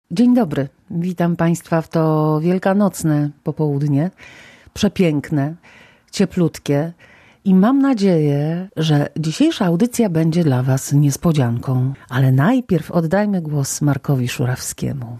Dzień dobry, witam Państwa w to wielkanocne popołudnie, przepiękne, cieplutkie i mam nadzieję, że dzisiejsza audycja będzie dla Was niespodzianką. Ale najpierw oddajmy głos Markowi Szurawskiemu.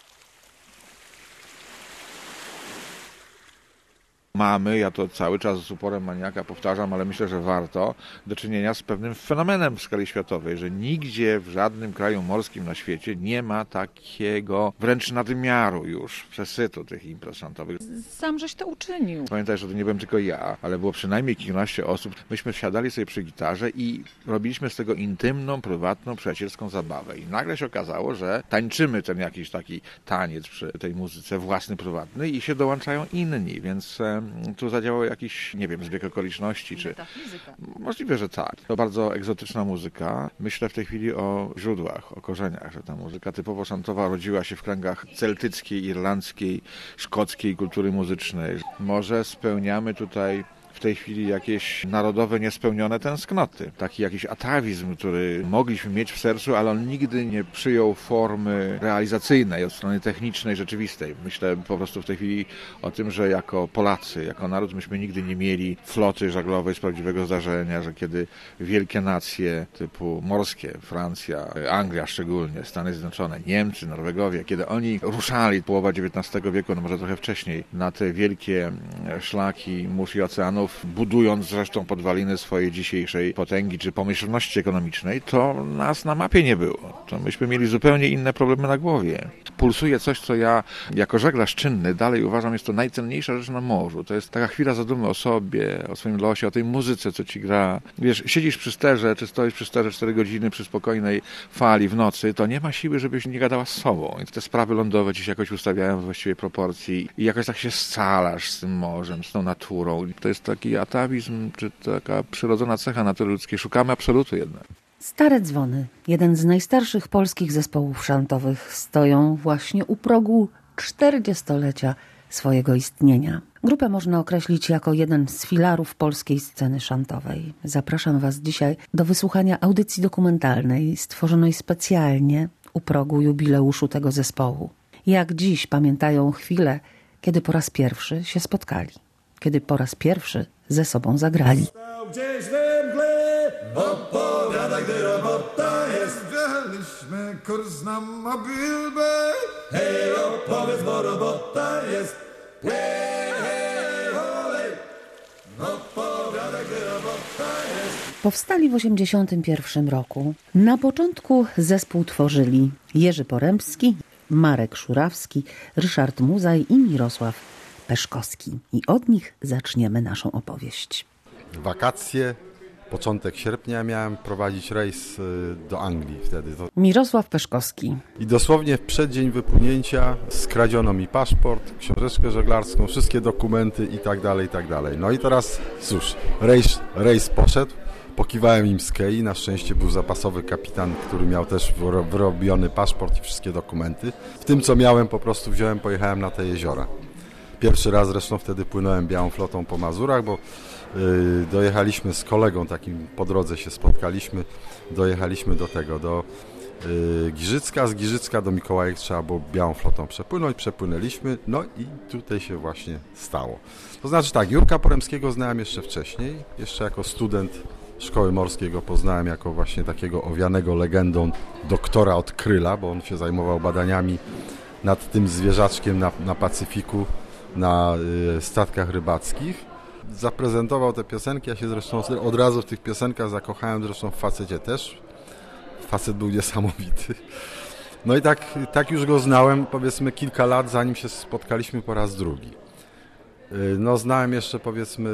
Mamy, ja to cały czas z uporem maniaka powtarzam, ale myślę, że warto, do czynienia z pewnym fenomenem w skali światowej, że nigdzie w żadnym kraju morskim na świecie nie ma takiego wręcz nadmiaru już przesytu tych imprez szantowych. Sam żeś to uczynił. Pamiętaj, że to nie byłem tylko ja, ale było przynajmniej kilkanaście osób. Myśmy wsiadali sobie przy gitarze i robiliśmy z tego intymną, prywatną, przyjacielską zabawę. I nagle się okazało, że tańczymy ten jakiś taki taniec przy tej muzyce własny, prywatny i się dołączają inni, więc tu zadziałał jakiś, nie wiem, zbieg okoliczności, czy... Metafizyka. Możliwe, że tak. To bardzo egzotyczna muzyka. Myślę w tej chwili o źródłach, o korzeniach, że ta muzyka typowo szantowa rodziła się w kręgach celtyckiej, irlandzkiej, szkockiej kultury muzycznej. Może spełniamy tutaj w tej chwili jakieś narodowe, niespełnione tęsknoty. Taki jakiś atawizm, który mogliśmy mieć w sercu, ale on nigdy nie przyjął formy realizacyjnej, od strony technicznej, rzeczywistej. Myślę po prostu w tej chwili o tym, że jako Polacy, jako naród myśmy nigdy nie mieli floty żaglowej z prawdziwego zdarzenia, że kiedy wielkie nacje typu morskie, Francja, Anglia szczególnie, Stany Zjednoczone, Niemcy, Norwegowie, kiedy oni ruszali połowa XIX wieku, no może trochę wcześniej, na te wielkie szlaki mórz i oceanów, budując zresztą podwaliny swojej dzisiejszej potęgi czy pomyślności ekonomicznej, to nas na mapie nie było. To myśmy mieli zupełnie inne problemy na głowie. Pulsuje coś, co ja jako żeglarz czynny dalej uważam, jest to najcenniejsza rzecz na morzu. To jest taka chwila zadumy o sobie, o swoim losie, o tej muzyce, co ci gra. Wiesz, siedzisz przy sterze, czy stoisz przy sterze 4 godziny przy spokojnej fali w nocy, to nie ma siły, żebyś nie gadała z sobą. I te sprawy lądowe ci się jakoś ustawiają w właściwej proporcji i jakoś tak się scalasz z tym morzem, z tą naturą. To jest taki atawizm, czy taka przyrodzona cecha natury ludzkiej. Szukamy absolutu jednak. Stare Dzwony, jeden z najstarszych polskich zespołów szantowych, stoją właśnie u progu 40-lecia swojego istnienia. Grupę można określić jako jeden z filarów polskiej sceny szantowej. Zapraszam Was dzisiaj do wysłuchania audycji dokumentalnej stworzonej specjalnie u progu jubileuszu tego zespołu. Jak dziś pamiętają chwilę, kiedy po raz pierwszy się spotkali, kiedy po raz pierwszy ze sobą zagrali. Gdzieś we mgle opowiada, gdy robota jest. Wjechaliśmy kurs na mobilbę. Hej, opowiedz, bo robota jest. Hej, olej. Opowiada, gdy robota jest. Powstali w 1981 roku. Na początku zespół tworzyli Jerzy Porębski, Marek Szurawski, Ryszard Muzaj i Mirosław Peszkowski. I od nich zaczniemy naszą opowieść. Wakacje, początek sierpnia miałem prowadzić rejs do Anglii wtedy. Mirosław Peszkowski. I dosłownie w przeddzień wypłynięcia skradziono mi paszport, książeczkę żeglarską, wszystkie dokumenty i tak dalej, i tak dalej. No i teraz, cóż, rejs poszedł, pokiwałem im z kei, na szczęście był zapasowy kapitan, który miał też wyrobiony paszport i wszystkie dokumenty. W tym, co miałem, po prostu wziąłem, pojechałem na te jeziora. Pierwszy raz zresztą wtedy płynąłem białą flotą po Mazurach, bo dojechaliśmy z kolegą, takim po drodze się spotkaliśmy, dojechaliśmy do Giżycka, z Giżycka do Mikołajek trzeba było białą flotą przepłynąć, przepłynęliśmy, no i tutaj się właśnie stało. To znaczy tak, Jurka Poremskiego znałem jeszcze wcześniej, jeszcze jako student szkoły morskiej go poznałem jako właśnie takiego owianego legendą doktora od Kryla, bo on się zajmował badaniami nad tym zwierzaczkiem na Pacyfiku, na statkach rybackich. Zaprezentował te piosenki, ja się zresztą od razu w tych piosenkach zakochałem, zresztą w facecie też. Facet był niesamowity. No i tak już go znałem, powiedzmy, kilka lat, zanim się spotkaliśmy po raz drugi. No znałem jeszcze, powiedzmy,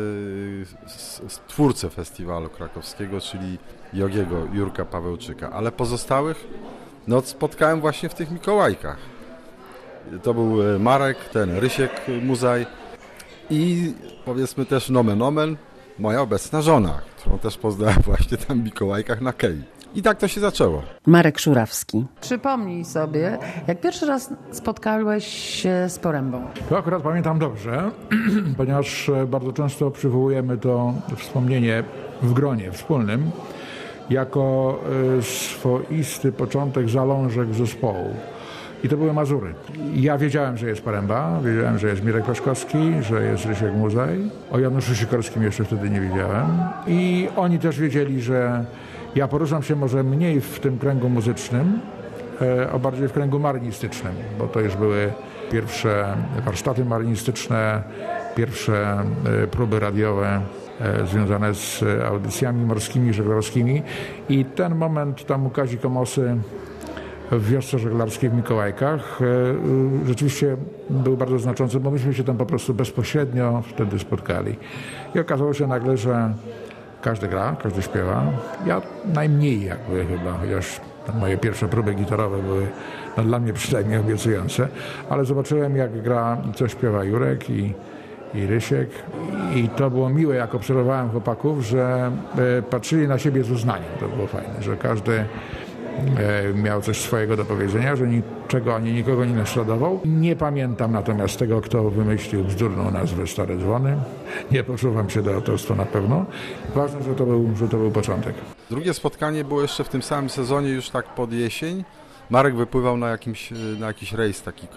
twórcę festiwalu krakowskiego, czyli Jogiego, Jurka Pawełczyka, ale pozostałych no spotkałem właśnie w tych Mikołajkach. To był Marek, Rysiek Muzaj i powiedzmy też nomen omen moja obecna żona, którą też poznałem właśnie tam w Mikołajkach na kei. I tak to się zaczęło. Marek Szurawski. Przypomnij sobie, jak pierwszy raz spotkałeś się z Porębą. To akurat pamiętam dobrze, ponieważ bardzo często przywołujemy to wspomnienie w gronie wspólnym jako swoisty początek zalążek zespołu. I to były Mazury. Ja wiedziałem, że jest Poręba, wiedziałem, że jest Mirek Peszkowski, że jest Rysiek Muzej. O Januszu Sikorskim jeszcze wtedy nie wiedziałem. I oni też wiedzieli, że ja poruszam się może mniej w tym kręgu muzycznym, a bardziej w kręgu marynistycznym, bo to już były pierwsze warsztaty marynistyczne, pierwsze próby radiowe związane z audycjami morskimi, żeglarskimi. I ten moment tam u Kazi Komosy w wiosce żeglarskiej w Mikołajkach rzeczywiście był bardzo znaczący, bo myśmy się tam po prostu bezpośrednio wtedy spotkali. I okazało się nagle, że każdy gra, każdy śpiewa. Ja najmniej jakby chyba, chociaż moje pierwsze próby gitarowe były dla mnie przynajmniej obiecujące, ale zobaczyłem, jak gra i co śpiewa Jurek i Rysiek. I to było miłe, jak obserwowałem chłopaków, że patrzyli na siebie z uznaniem. To było fajne, że każdy miał coś swojego do powiedzenia, że niczego ani nikogo nie naśladował. Nie pamiętam natomiast tego, kto wymyślił bzdurną nazwę Stare Dzwony. Nie poczuwam się do autorstwa na pewno. Ważne, że to był początek. Drugie spotkanie było jeszcze w tym samym sezonie, już tak pod jesień. Marek wypływał na jakiś rejs taki,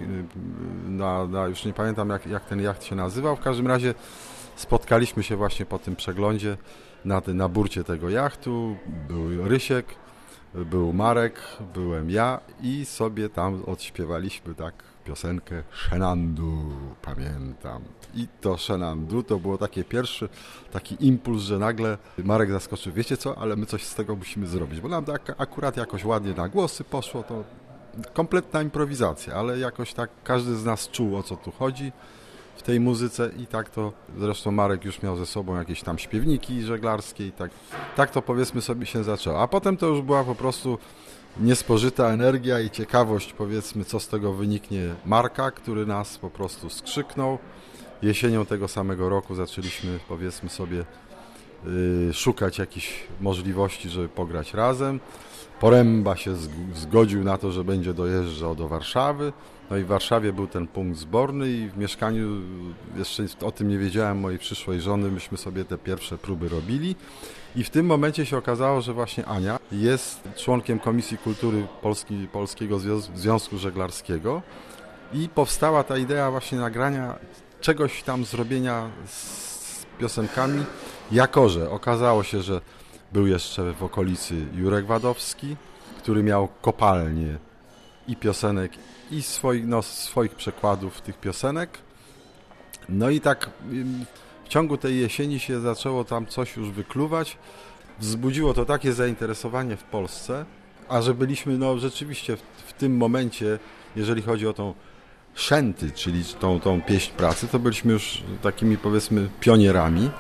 już nie pamiętam jak ten jacht się nazywał. W każdym razie spotkaliśmy się właśnie po tym przeglądzie na burcie tego jachtu. Był Rysiek, był Marek, byłem ja i sobie tam odśpiewaliśmy tak piosenkę Shenandu, pamiętam. I to Shenandu to było pierwszy taki impuls, że nagle Marek zaskoczył, wiecie co, ale my coś z tego musimy zrobić, bo nam tak akurat jakoś ładnie na głosy poszło, to kompletna improwizacja, ale jakoś tak każdy z nas czuł, o co tu chodzi w tej muzyce i tak to, zresztą Marek już miał ze sobą jakieś tam śpiewniki żeglarskie i tak to powiedzmy sobie się zaczęło. A potem to już była po prostu niespożyta energia i ciekawość, powiedzmy, co z tego wyniknie Marka, który nas po prostu skrzyknął. Jesienią tego samego roku zaczęliśmy, powiedzmy sobie, szukać jakichś możliwości, żeby pograć razem. Poręba się zgodził na to, że będzie dojeżdżał do Warszawy. No i w Warszawie był ten punkt zborny i w mieszkaniu, jeszcze o tym nie wiedziałem, mojej przyszłej żony, myśmy sobie te pierwsze próby robili. I w tym momencie się okazało, że właśnie Ania jest członkiem Komisji Kultury Polskiego Związku Żeglarskiego i powstała ta idea właśnie nagrania czegoś tam, zrobienia z piosenkami, jako że okazało się, że był jeszcze w okolicy Jurek Wadowski, który miał kopalnię i piosenek i swoich przekładów tych piosenek. No i tak w ciągu tej jesieni się zaczęło tam coś już wykluwać. Wzbudziło to takie zainteresowanie w Polsce, a że byliśmy rzeczywiście w tym momencie, jeżeli chodzi o tą szenty, czyli tą pieśń pracy, to byliśmy już takimi, powiedzmy, pionierami.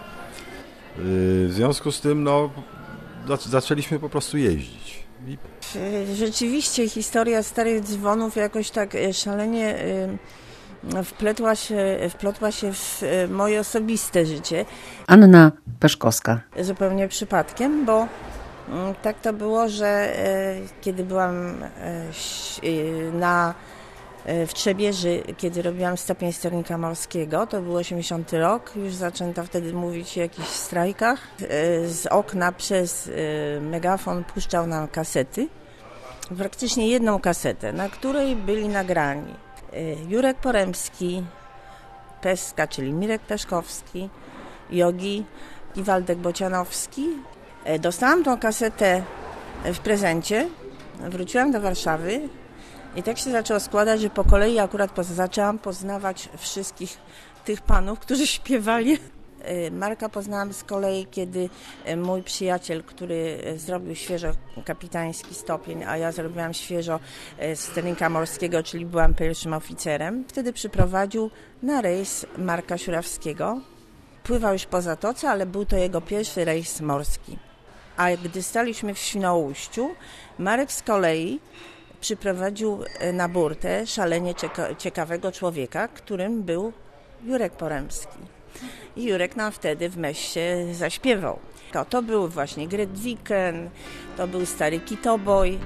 W związku z tym zaczęliśmy po prostu jeździć. Rzeczywiście historia Starych Dzwonów jakoś tak szalenie wplotła się w moje osobiste życie. Anna Peszkowska. Zupełnie przypadkiem, bo tak to było, że kiedy byłam w Trzebieży, kiedy robiłam stopień sternika morskiego, to był 80 rok, już zaczęto wtedy mówić o jakichś strajkach. Z okna przez megafon puszczał nam kasety, praktycznie jedną kasetę, na której byli nagrani Jurek Poremski, Peska, czyli Mirek Peszkowski, Jogi i Waldek Bocianowski. Dostałam tą kasetę w prezencie, wróciłam do Warszawy i tak się zaczęło składać, że po kolei akurat zaczęłam poznawać wszystkich tych panów, którzy śpiewali. Marka poznałam z kolei, kiedy mój przyjaciel, który zrobił świeżo kapitański stopień, a ja zrobiłam świeżo sternika morskiego, czyli byłam pierwszym oficerem, wtedy przyprowadził na rejs Marka Siurawskiego. Pływał już po zatoce, ale był to jego pierwszy rejs morski. A gdy staliśmy w Świnoujściu, Marek z kolei przyprowadził na burtę szalenie ciekawego człowieka, którym był Jurek Poremski. I Jurek nam wtedy w Meście zaśpiewał. To był właśnie Gredwiken, to był Stary Kitoboj.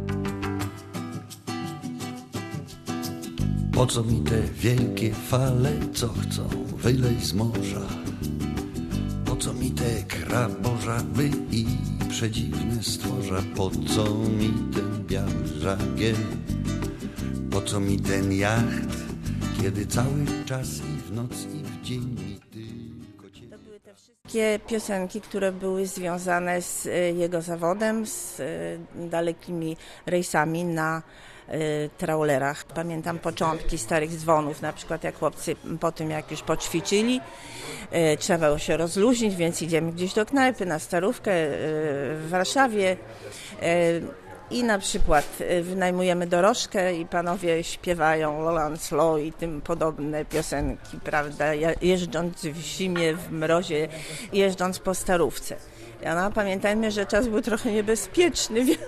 Po co mi te wielkie fale, co chcą wylej z morza? Po co mi te krabożaby i przedziwne stworza? Po co mi ten biały żagiel? Po co mi ten jacht, kiedy cały czas i w noc i w dzień mi tylko cię... To były te wszystkie piosenki, które były związane z jego zawodem, z dalekimi rejsami na trawlerach. Pamiętam początki Starych Dzwonów, na przykład jak chłopcy po tym, jak już poćwiczyli, trzeba było się rozluźnić, więc idziemy gdzieś do knajpy, na Starówkę w Warszawie i na przykład wynajmujemy dorożkę i panowie śpiewają Roland Slow i tym podobne piosenki, prawda, jeżdżąc w zimie, w mrozie, jeżdżąc po Starówce. No, pamiętajmy, że czas był trochę niebezpieczny, więc...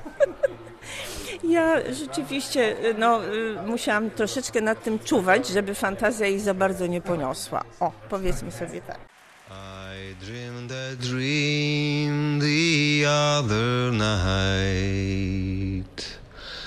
Ja rzeczywiście musiałam troszeczkę nad tym czuwać, żeby fantazja jej za bardzo nie poniosła. O, powiedzmy sobie tak. I dreamed a dream the other night.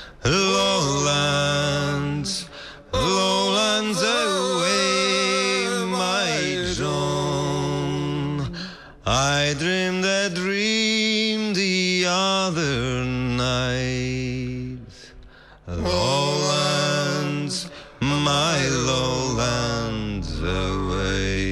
Lowlands, lowlands away, my John. I dreamed a dream the other night. Lowlands, my lowlands away.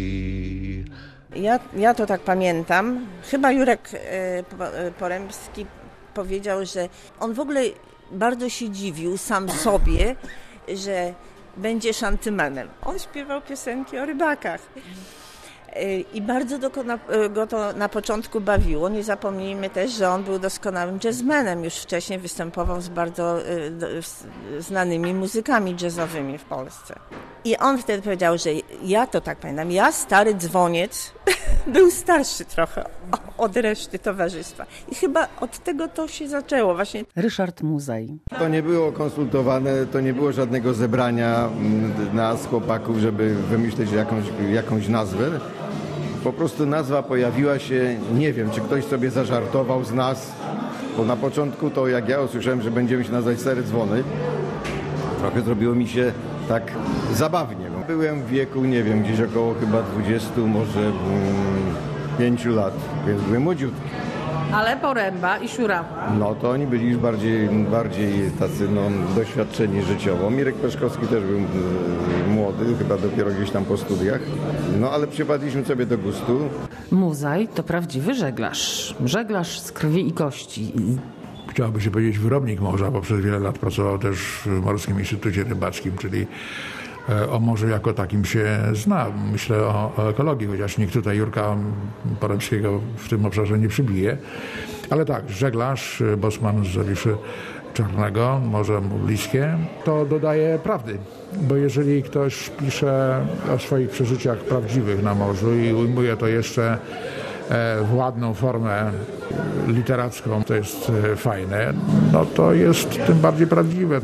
Ja to tak pamiętam. Chyba Jurek Poremski powiedział, że on w ogóle bardzo się dziwił sam sobie, że będzie shantymanem. On śpiewał piosenki o rybakach. I bardzo go to na początku bawiło. Nie zapomnijmy też, że on był doskonałym jazzmenem. Już wcześniej występował z bardzo znanymi muzykami jazzowymi w Polsce. I on wtedy powiedział, że ja to tak pamiętam, ja stary dzwoniec, był starszy trochę od reszty towarzystwa. I chyba od tego to się zaczęło właśnie. Ryszard Muzaj. To nie było konsultowane, to nie było żadnego zebrania nas, chłopaków, żeby wymyśleć jakąś nazwę. Po prostu nazwa pojawiła się, nie wiem, czy ktoś sobie zażartował z nas, bo na początku to jak ja usłyszałem, że będziemy się nazywać Stare Dzwony, trochę zrobiło mi się tak zabawnie. Byłem w wieku, nie wiem, gdzieś około chyba 20, może 5 lat, więc byłem młodziutki. Ale Poręba i Siurawa. No to oni byli już bardziej tacy doświadczeni życiowo. Mirek Peszkowski też był młody, chyba dopiero gdzieś tam po studiach. No ale przypadliśmy sobie do gustu. Muzaj to prawdziwy żeglarz. Żeglarz z krwi i kości. Chciałoby się powiedzieć wyrobnik morza, bo przez wiele lat pracował też w Morskim Instytucie Rybackim, czyli o morzu jako takim się zna. Myślę o ekologii, chociaż nikt tutaj Jurka Poremskiego w tym obszarze nie przybije. Ale tak, żeglarz, bosman z Zawiszy Czarnego, Morze mu bliskie, to dodaje prawdy. Bo jeżeli ktoś pisze o swoich przeżyciach prawdziwych na morzu i ujmuje to jeszcze w ładną formę literacką, to jest fajne, no to jest tym bardziej prawdziwe.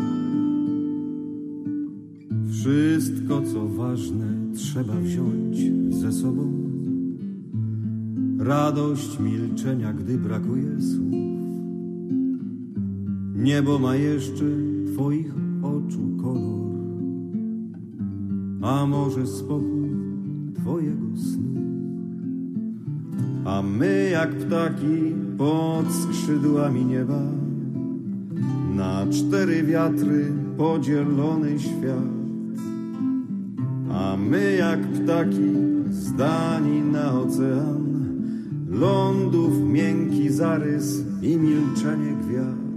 Wszystko, co ważne, trzeba wziąć ze sobą. Radość milczenia, gdy brakuje słów. Niebo ma jeszcze twoich oczu kolor, a może spokój twojego snu. A my jak ptaki pod skrzydłami nieba, na 4 wiatry podzielony świat. A my jak ptaki zdani na ocean, lądów miękki zarys i milczenie gwiazd.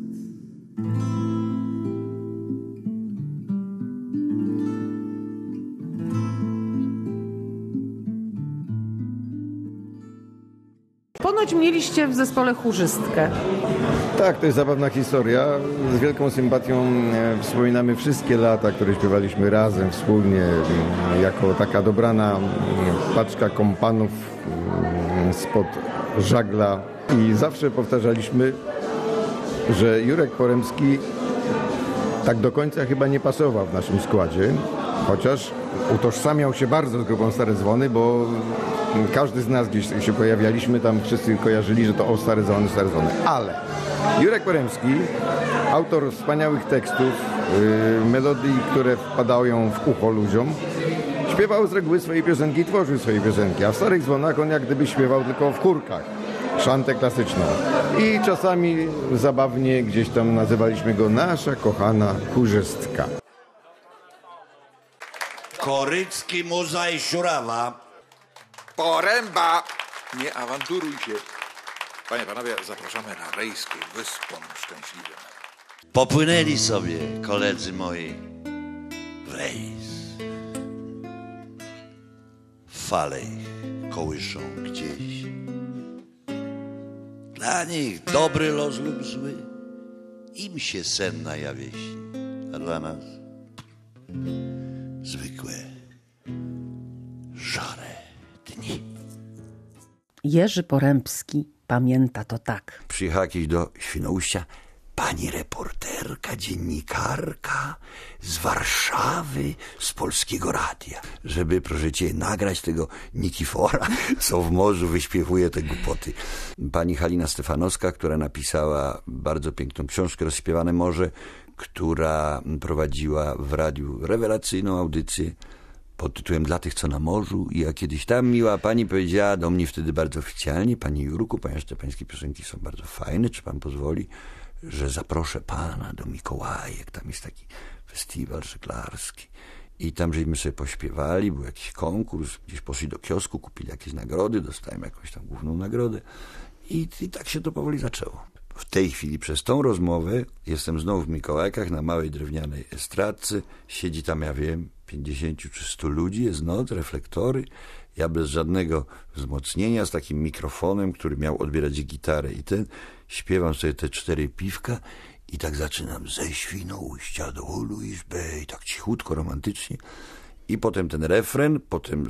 Ponoć mieliście w zespole chórzystkę. Tak, to jest zabawna historia. Z wielką sympatią wspominamy wszystkie lata, które śpiewaliśmy razem, wspólnie, jako taka dobrana paczka kompanów spod żagla. I zawsze powtarzaliśmy, że Jurek Poremski tak do końca chyba nie pasował w naszym składzie, chociaż utożsamiał się bardzo z grupą Stare Dzwony, bo każdy z nas gdzieś się pojawialiśmy, tam wszyscy kojarzyli, że to Stare Dzwony, Stare Dzwony. Ale Jurek Poremski, autor wspaniałych tekstów, melodii, które wpadają w ucho ludziom, śpiewał z reguły swoje piosenki i tworzył swoje piosenki, a w Starych Dzwonach on jak gdyby śpiewał tylko w chórkach. szantę klasyczną. I czasami zabawnie gdzieś tam nazywaliśmy go nasza kochana chórzystka. Korycki, Muza i Siurawa. Poręba! Nie awanturuj się. Panie, panowie, zapraszamy na Rejskie, Wyspom Szczęśliwym. Popłynęli sobie koledzy moi w rejs. Fale ich kołyszą gdzieś. Dla nich dobry los lub zły, im się sen najawia śni, a dla nas zwykłe szare dni. Jerzy Porębski pamięta to tak. Przyjechała kiedyś do Świnoujścia pani reporterka, dziennikarka z Warszawy, z Polskiego Radia, żeby, proszę cię, nagrać tego Nikifora, co w morzu wyśpiewuje te głupoty. Pani Halina Stefanowska, która napisała bardzo piękną książkę Rozśpiewane Morze, która prowadziła w radiu rewelacyjną audycję pod tytułem Dla tych, co na morzu. I ja kiedyś tam miła pani powiedziała do mnie wtedy bardzo oficjalnie: panie Jurku, ponieważ te pańskie piosenki są bardzo fajne, czy pan pozwoli, że zaproszę pana do Mikołajek, tam jest taki festiwal żeglarski. I tam żeśmy sobie pośpiewali, był jakiś konkurs, gdzieś poszli do kiosku, kupili jakieś nagrody, dostałem jakąś tam główną nagrodę i tak się to powoli zaczęło. W tej chwili przez tą rozmowę jestem znowu w Mikołajkach na małej drewnianej estradce, siedzi tam, ja wiem, 50 czy 100 ludzi, jest noc, reflektory, ja bez żadnego wzmocnienia, z takim mikrofonem, który miał odbierać gitarę i śpiewam sobie te 4 piwka i tak zaczynam ze Świnoujścia do Louis Bay, tak cichutko, romantycznie. I potem ten refren, potem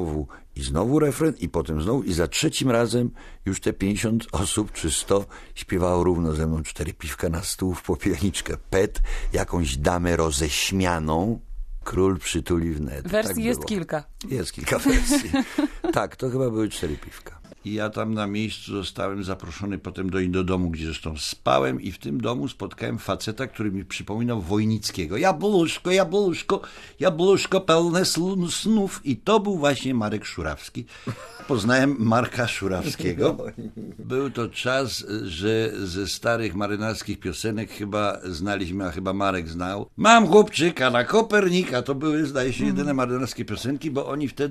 znowu refren i potem znowu i za trzecim razem już te 50 osób czy 100 śpiewało równo ze mną 4 piwka na stół w popielniczkę PET, jakąś damę roześmianą. Król przytuli wnet. Wersji tak jest było. kilka. Jest kilka wersji. Tak, to chyba były 4 piwka. I ja tam na miejscu zostałem zaproszony potem do domu, gdzie zresztą spałem, i w tym domu spotkałem faceta, który mi przypominał Wojnickiego. Jabłuszko, jabłuszko, jabłuszko pełne snów. I to był właśnie Marek Szurawski. Poznałem Marka Szurawskiego. Był to czas, że ze starych marynarskich piosenek chyba znaliśmy, a chyba Marek znał. Mam chłopczyka na Kopernika. To były, zdaje się, jedyne marynarskie piosenki, bo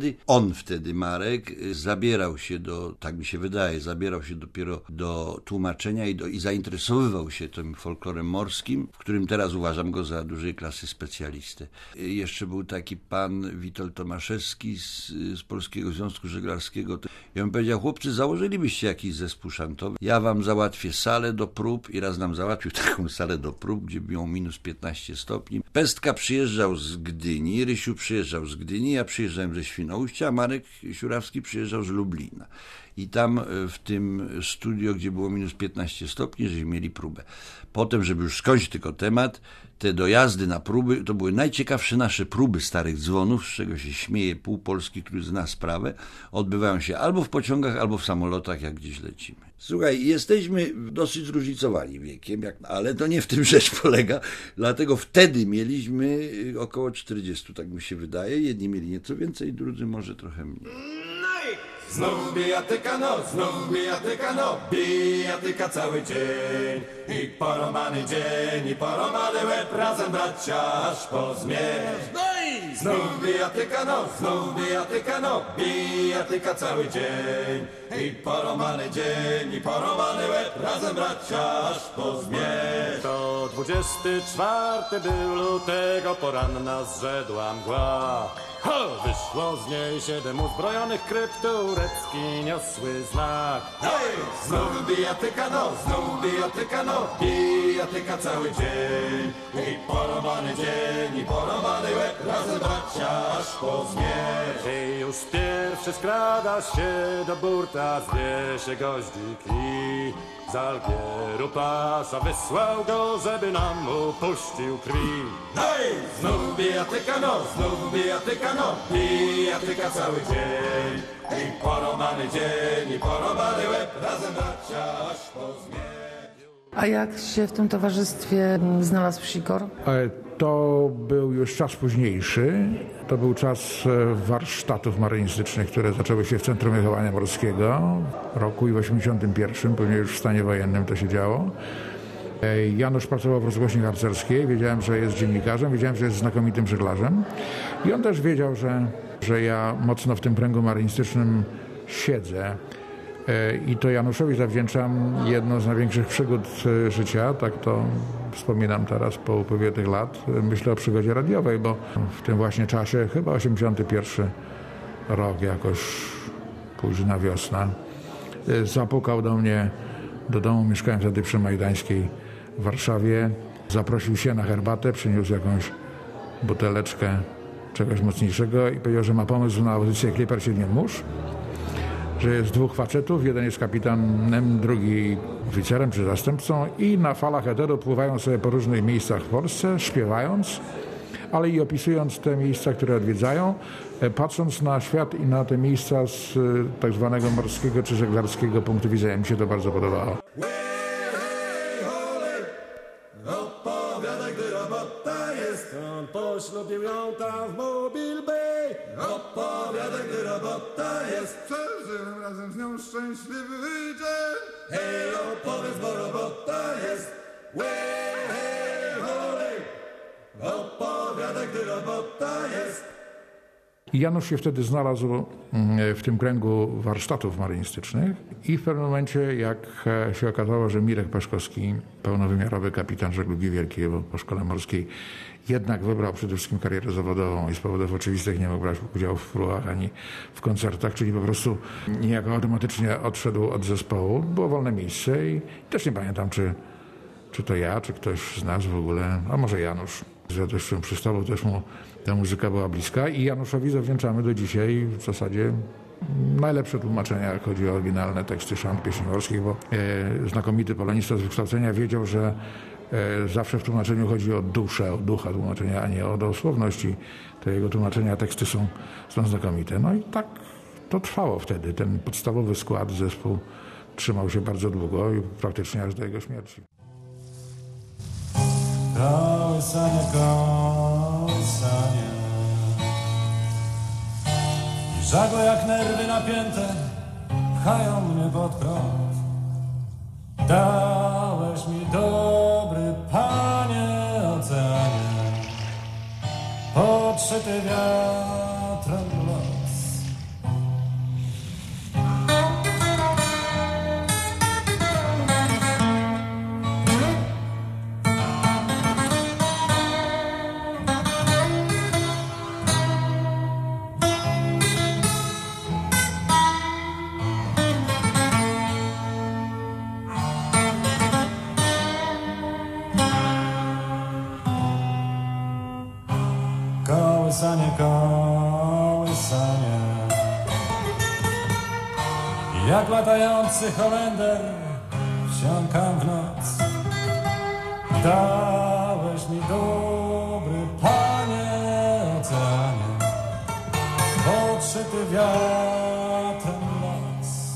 on wtedy, Marek, zabierał się tak mi się wydaje, zabierał się dopiero do tłumaczenia i zainteresowywał się tym folklorem morskim, w którym teraz uważam go za dużej klasy specjalistę. Jeszcze był taki pan Witold Tomaszewski z Polskiego Związku Żeglarskiego. Ja bym powiedział: chłopcy, założylibyście jakiś zespół szantowy, ja wam załatwię salę do prób, i raz nam załatwił taką salę do prób, gdzie było minus 15 stopni. Pestka przyjeżdżał z Gdyni, Rysiu przyjeżdżał z Gdyni, ja przyjeżdżałem ze Świnoujścia, a Marek Siurawski przyjeżdżał z Lublina. I tam w tym studio, gdzie było minus 15 stopni, żeśmy mieli próbę. Potem, żeby już skończyć tylko temat, te dojazdy na próby, to były najciekawsze nasze próby starych dzwonów, z czego się śmieje pół Polski, który zna sprawę. Odbywają się albo w pociągach, albo w samolotach, jak gdzieś lecimy. Słuchaj, jesteśmy dosyć zróżnicowani wiekiem, ale to nie w tym rzecz polega, dlatego wtedy mieliśmy około 40, tak mi się wydaje. Jedni mieli nieco więcej, drudzy może trochę mniej. Znów bijatyka no, bijatyka cały dzień. I poromany dzień, i poromany łeb, razem bracia aż po zmierzch. Znów bijatyka no, bijatyka cały dzień. I poromany dzień, i poromany łeb, razem bracia aż po zmierzch. To 24 był lutego, poranna zrzedła mgła. Wyszło z niej 7 uzbrojonych kryp, turecki niosły znak. Znów bijatyka no, bijatyka cały dzień. I poromany dzień, i poromany łeb, razem bracia aż po zmierzch. I już pierwszy skrada się do burta, zwie się goździk i z Algieru pasza wysłał go, żeby nam upuścił krwi. Znów bijatyka no, bijatyka cały dzień. I poromany dzień, i poromany łeb, razem bracia aż po zmierzch. A jak się w tym towarzystwie znalazł Sikor? to był już czas późniejszy. To był czas warsztatów marynistycznych, które zaczęły się w Centrum Wychowania Morskiego w roku 1981, później już w stanie wojennym to się działo. Janusz pracował w rozgłośni harcerskiej, wiedziałem, że jest dziennikarzem, wiedziałem, że jest znakomitym żeglarzem i on też wiedział, że ja mocno w tym kręgu marynistycznym siedzę. I to Januszowi zawdzięczam jedną z największych przygód życia, tak to wspominam teraz po upływie tych lat. Myślę o przygodzie radiowej, bo w tym właśnie czasie, chyba 81 rok, jakoś późna wiosna, zapukał do mnie do domu, mieszkałem wtedy przy Majdańskiej w Warszawie, zaprosił się na herbatę, przyniósł jakąś buteleczkę czegoś mocniejszego i powiedział, że ma pomysł na audycję Kliper się nie mórz, że jest dwóch facetów, jeden jest kapitanem, drugi oficerem czy zastępcą i na falach eteru pływają sobie po różnych miejscach w Polsce, śpiewając, ale i opisując te miejsca, które odwiedzają, patrząc na świat i na te miejsca z tak zwanego morskiego czy żeglarskiego punktu widzenia. Mi się to bardzo podobało. Opowiada, gdy robota jest, on poślubił ją tam w Mobile Bay. Opowiada, gdy robota jest, przeżyłem razem z nią szczęśliwy dzień. Hej, opowiedz, bo robota jest. Hej, holej. Opowiada, gdy robota jest. Janusz się wtedy znalazł w tym kręgu warsztatów marynistycznych i w pewnym momencie, jak się okazało, że Mirek Peszkowski, pełnowymiarowy kapitan żeglugi wielkiej po szkole morskiej, jednak wybrał przede wszystkim karierę zawodową i z powodów oczywistych nie mógł brać udziału w próbach ani w koncertach, czyli po prostu niejako automatycznie odszedł od zespołu. Było wolne miejsce i też nie pamiętam, czy to ja, czy ktoś z nas w ogóle, a może Janusz. Z radością przystało, też mu ta muzyka była bliska i Januszowi zawdzięczamy do dzisiaj w zasadzie najlepsze tłumaczenia, jak chodzi o oryginalne teksty szant pieśni morskich, bo znakomity polonista z wykształcenia wiedział, że zawsze w tłumaczeniu chodzi o duszę, o ducha tłumaczenia, a nie o dosłowność i te jego tłumaczenia, teksty są znakomite. No i tak to trwało wtedy. Ten podstawowy skład, zespół trzymał się bardzo długo i praktycznie aż do jego śmierci. Kołysanie, kołysanie i żagle jak nerwy napięte pchają mnie pod prąd. Dałeś mi dobry panie oceanie, podszyty wiatrem los. Kołysanie, kołysanie, jak latający Holender wsiąkam w noc. Dałeś mi dobry panie oceanie, podszyty wiatrem los.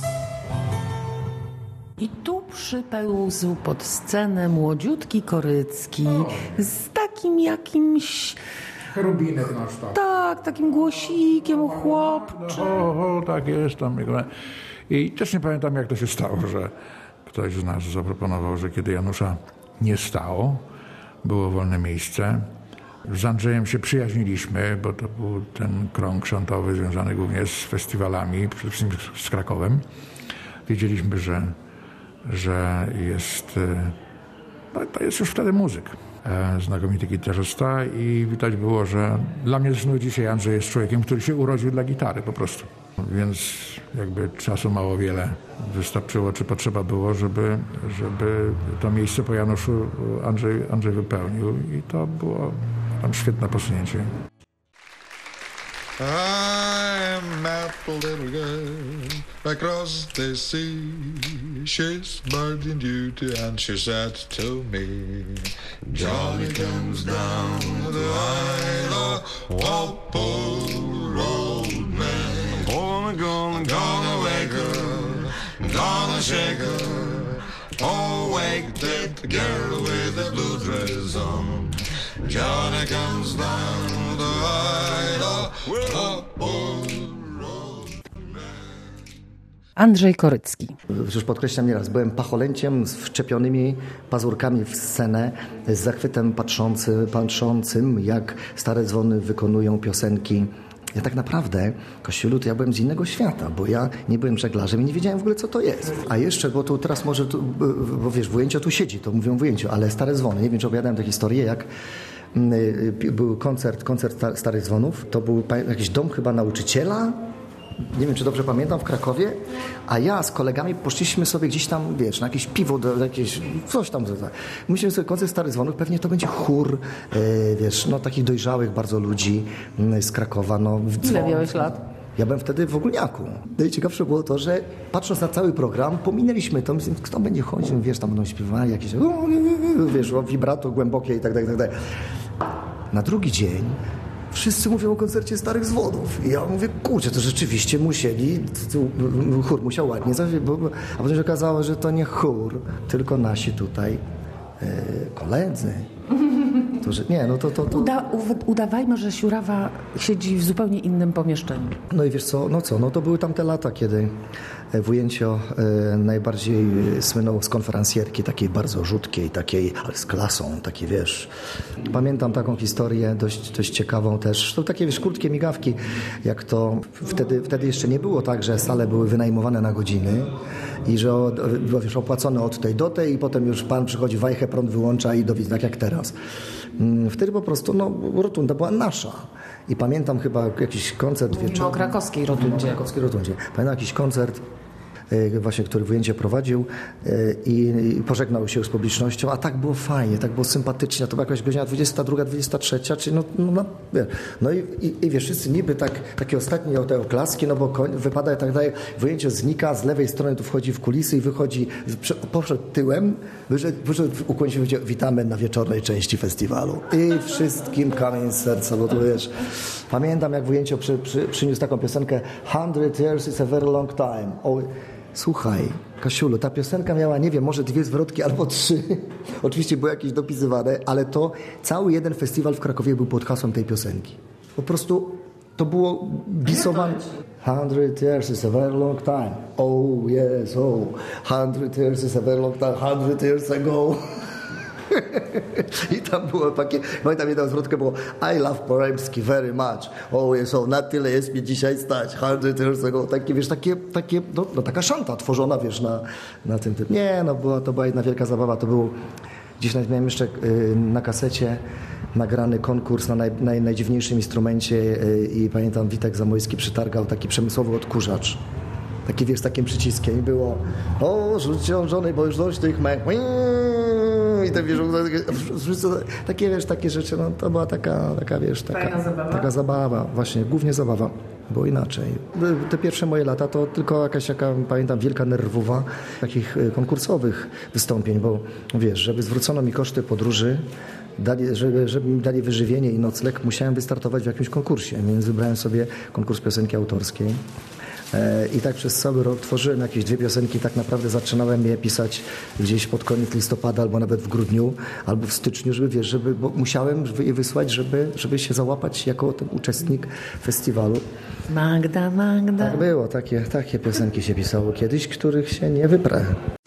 I tu przypełzł pod scenę młodziutki Korycki z takim jakimś... Rubinek nasz, tak. Tak, takim głosikiem, chłopcze. Tak jest tam. I też nie pamiętam, jak to się stało, że ktoś z nas zaproponował, że kiedy Janusza nie stało, było wolne miejsce. Z Andrzejem się przyjaźniliśmy, bo to był ten krąg szantowy związany głównie z festiwalami, przede wszystkim z Krakowem. Wiedzieliśmy, że jest, no, to jest już wtedy muzyk. Znakomity gitarzysta i widać było, że dla mnie zresztą dzisiaj Andrzej jest człowiekiem, który się urodził dla gitary po prostu. Więc jakby czasu mało wiele wystarczyło, czy potrzeba było, żeby to miejsce po Januszu Andrzej wypełnił i to było tam świetne posunięcie. I met a little girl across the sea. She's burdened duty and she said to me, Johnny comes down the aisle, oh, poor old man. Gonna wake her, gonna shake her. Oh, wake that girl with the blue dress on. Johnny comes down the highway. Andrzej Korycki. Już podkreślam nieraz, byłem pacholęciem z wczepionymi pazurkami w scenę, z zachwytem patrzącym, jak stare dzwony wykonują piosenki. Ja tak naprawdę, Kościelu, to ja byłem z innego świata, bo ja nie byłem żeglarzem i nie wiedziałem w ogóle, co to jest. A jeszcze, bo tu teraz może, bo wiesz, w ujęciu tu siedzi, to mówią w ujęciu, ale stare dzwony, nie wiem, czy opowiadałem tę historię, jak był koncert Starych Dzwonów, to był jakiś dom chyba nauczyciela, nie wiem, czy dobrze pamiętam, w Krakowie, a ja z kolegami poszliśmy sobie gdzieś tam, wiesz, na jakieś piwo, jakieś coś tam. Myślałem sobie, koncert Starych Dzwonów, pewnie to będzie chór, wiesz, no takich dojrzałych bardzo ludzi z Krakowa. No, Ile miałeś lat? Ja byłem wtedy w ogólniaku. Najciekawsze było to, że patrząc na cały program, pominęliśmy to, kto będzie chodził, wiesz, tam będą śpiewali jakieś, wiesz, o vibrato głębokie i tak dalej. Na drugi dzień wszyscy mówią o koncercie Starych Dzwonów. I ja mówię, kurczę, to rzeczywiście musieli, chór musiał ładnie, a potem się okazało, że to nie chór, tylko nasi tutaj koledzy. To, że, nie, no to... Udawajmy, że Siurawa siedzi w zupełnie innym pomieszczeniu. No i wiesz co, no to były tamte lata, kiedy Wujęcio najbardziej słynął z konferencjerki, takiej bardzo rzutkiej, takiej, ale z klasą, takiej, wiesz. Pamiętam taką historię, dość ciekawą też. To takie, wiesz, krótkie migawki, jak to wtedy jeszcze nie było tak, że sale były wynajmowane na godziny i że było, wiesz, opłacone od tej do tej i potem już pan przychodzi, wajchę, prąd wyłącza i do widzenia, tak jak teraz. Wtedy po prostu, no, rotunda była nasza. I pamiętam chyba jakiś koncert wieczorny. O krakowskiej rotundzie. Pamiętam jakiś koncert, właśnie, który Wujęcie prowadził i pożegnał się z publicznością, a tak było fajnie, tak było sympatycznie, to była jakaś godzina 22, 23, czyli no i wiesz, wszyscy niby takie ostatnie te oklaski, no bo wypada i tak dalej, Wujęcie znika, z lewej strony tu wchodzi w kulisy i wychodzi, poszedł tyłem, wyszedł, ukłonił się, witamy na wieczornej części festiwalu i wszystkim kamień z serca, bo to wiesz, pamiętam jak Wujęcie przyniósł taką piosenkę 100 years is a very long time. Słuchaj, Kasiulu, ta piosenka miała, nie wiem, może 2 zwrotki albo 3. Oczywiście były jakieś dopisywane, ale to cały jeden festiwal w Krakowie był pod hasłem tej piosenki. Po prostu to było bisowane. 100 years is a very long time. Oh yes, 100 years is a very long time. 100 years ago. I tam było takie, pamiętam jedną zwrotkę było I love Poremski very much. Na tyle jest mi dzisiaj stać. 100 years ago. Takie, wiesz, no taka szanta tworzona, wiesz, na tym typie. Nie, no to była jedna wielka zabawa. To był, gdzieś nawet miałem jeszcze na kasecie nagrany konkurs na najdziwniejszym instrumencie i pamiętam Witek Zamojski przytargał taki przemysłowy odkurzacz. Taki, wiesz, z takim przyciskiem i było rzuć żony, bo już dość tych mech. I te, wiesz, takie, wiesz, takie rzeczy, no to była taka wiesz, taka zabawa, właśnie, głównie zabawa, bo inaczej. Te pierwsze moje lata to tylko jakaś, pamiętam, wielka nerwowa takich konkursowych wystąpień, bo wiesz, żeby zwrócono mi koszty podróży, żeby mi dali wyżywienie i nocleg, musiałem wystartować w jakimś konkursie, więc wybrałem sobie konkurs piosenki autorskiej. I tak przez cały rok tworzyłem jakieś 2 piosenki, tak naprawdę zaczynałem je pisać gdzieś pod koniec listopada, albo nawet w grudniu, albo w styczniu, żeby wiesz, bo musiałem je wysłać, żeby się załapać jako ten uczestnik festiwalu. Magda. Tak było, takie piosenki się pisało kiedyś, których się nie wyprę.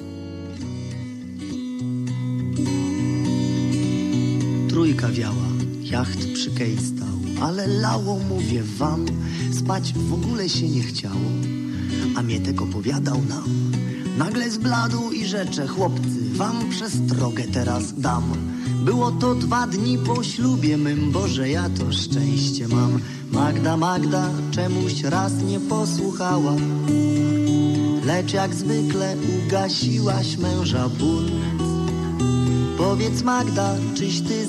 Trójka wiała, jacht przy kej stał, ale lało, mówię wam, spać w ogóle się nie chciało. A Mietek opowiadał nam, nagle zbladł i rzecze, chłopcy, wam przestrogę teraz dam. Było to 2 dni po ślubie mym, Boże, ja to szczęście mam. Magda, czemuś raz nie posłuchała, lecz jak zwykle ugasiłaś męża bunt. Powiedz, Magda, czyś ty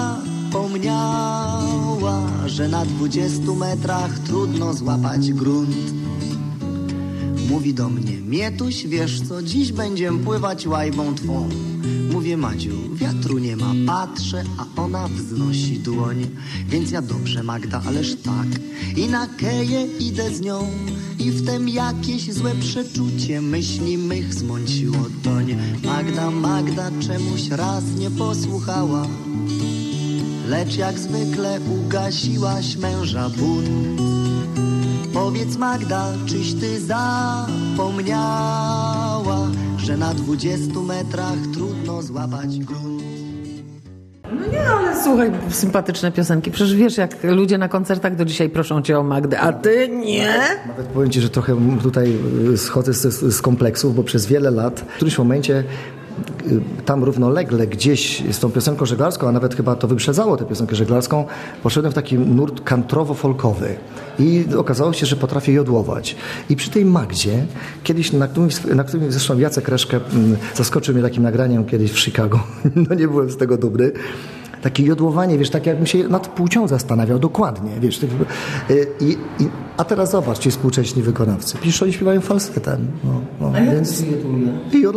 zapomniała, że na 20 metrach trudno złapać grunt. Mówi do mnie, Mietuś, wiesz co, dziś będziem pływać łajbą twą. Mówię, Madziu, wiatru nie ma, patrzę, a ona wznosi dłoń. Więc ja dobrze, Magda, ależ tak, i na keję idę z nią. I wtem jakieś złe przeczucie myśli mych zmąciło doń. Magda, czemuś raz nie posłuchała, lecz jak zwykle ugasiłaś męża bunt. Powiedz Magda, czyś ty zapomniała, że na 20 metrach trudno złapać grunt. No nie, ale słuchaj, sympatyczne piosenki. Przecież wiesz, jak ludzie na koncertach do dzisiaj proszą cię o Magdę, a ty nie? Nawet powiem ci, że trochę tutaj schodzę z kompleksów, bo przez wiele lat w którymś momencie tam równolegle gdzieś z tą piosenką żeglarską, a nawet chyba to wyprzedzało tę piosenkę żeglarską, poszedłem w taki nurt countrywo-folkowy i okazało się, że potrafię jodłować. I przy tej Magdzie, kiedyś, na którym zresztą Jacek Reszkę zaskoczył mnie takim nagraniem kiedyś w Chicago, no nie byłem z tego dumny, takie jodłowanie, wiesz, tak jakbym się nad płcią zastanawiał, dokładnie, wiesz. A teraz zobacz, ci współcześni wykonawcy. Piszą i śpiewają falsetem. A jak więc... to się jodłuje?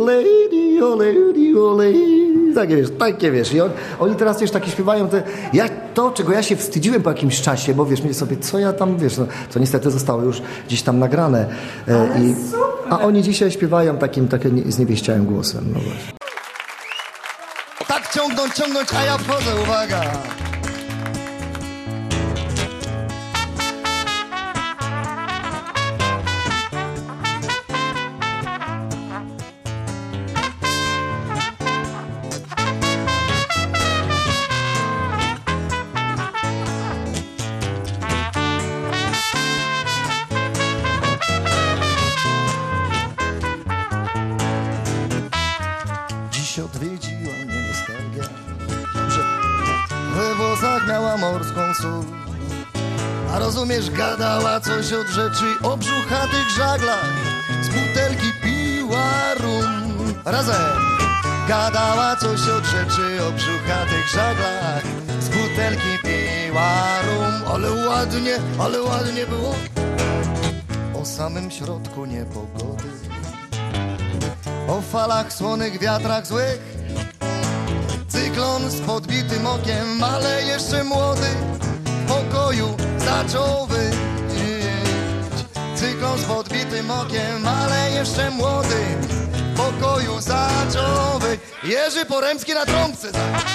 Takie wiesz. I oni teraz też takie śpiewają czego ja się wstydziłem po jakimś czasie, bo wiesz, myślę sobie, co ja tam, wiesz, no, to niestety zostało już gdzieś tam nagrane. A oni dzisiaj śpiewają takim zniewieściałym głosem. No właśnie. Tak ciągnąć, a ja wchodzę, uwaga! Dziś odwiedziła mnie nostalgia, że we włosach miała morską sól. A rozumiesz, gadała coś od rzeczy o brzuchatych żaglach, z butelki piła rum. Razem! Gadała coś od rzeczy o brzuchatych żaglach, z butelki piła rum. Ale ładnie było. O samym środku niepogody, o falach słonych, wiatrach złych, cyklon z podbitym okiem, ale jeszcze młody w pokoju zaczął wyć. Cyklon z podbitym okiem, ale jeszcze młody w pokoju zaczął wyć. Jerzy Poremski na trąbce.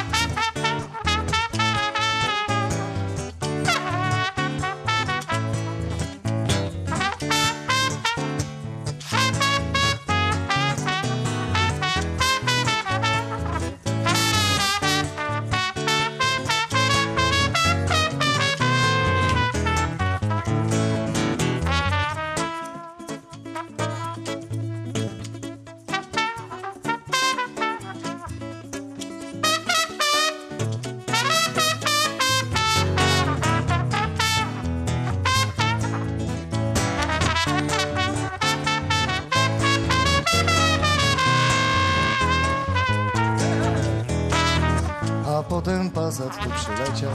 A potem Passat tu przyleciał,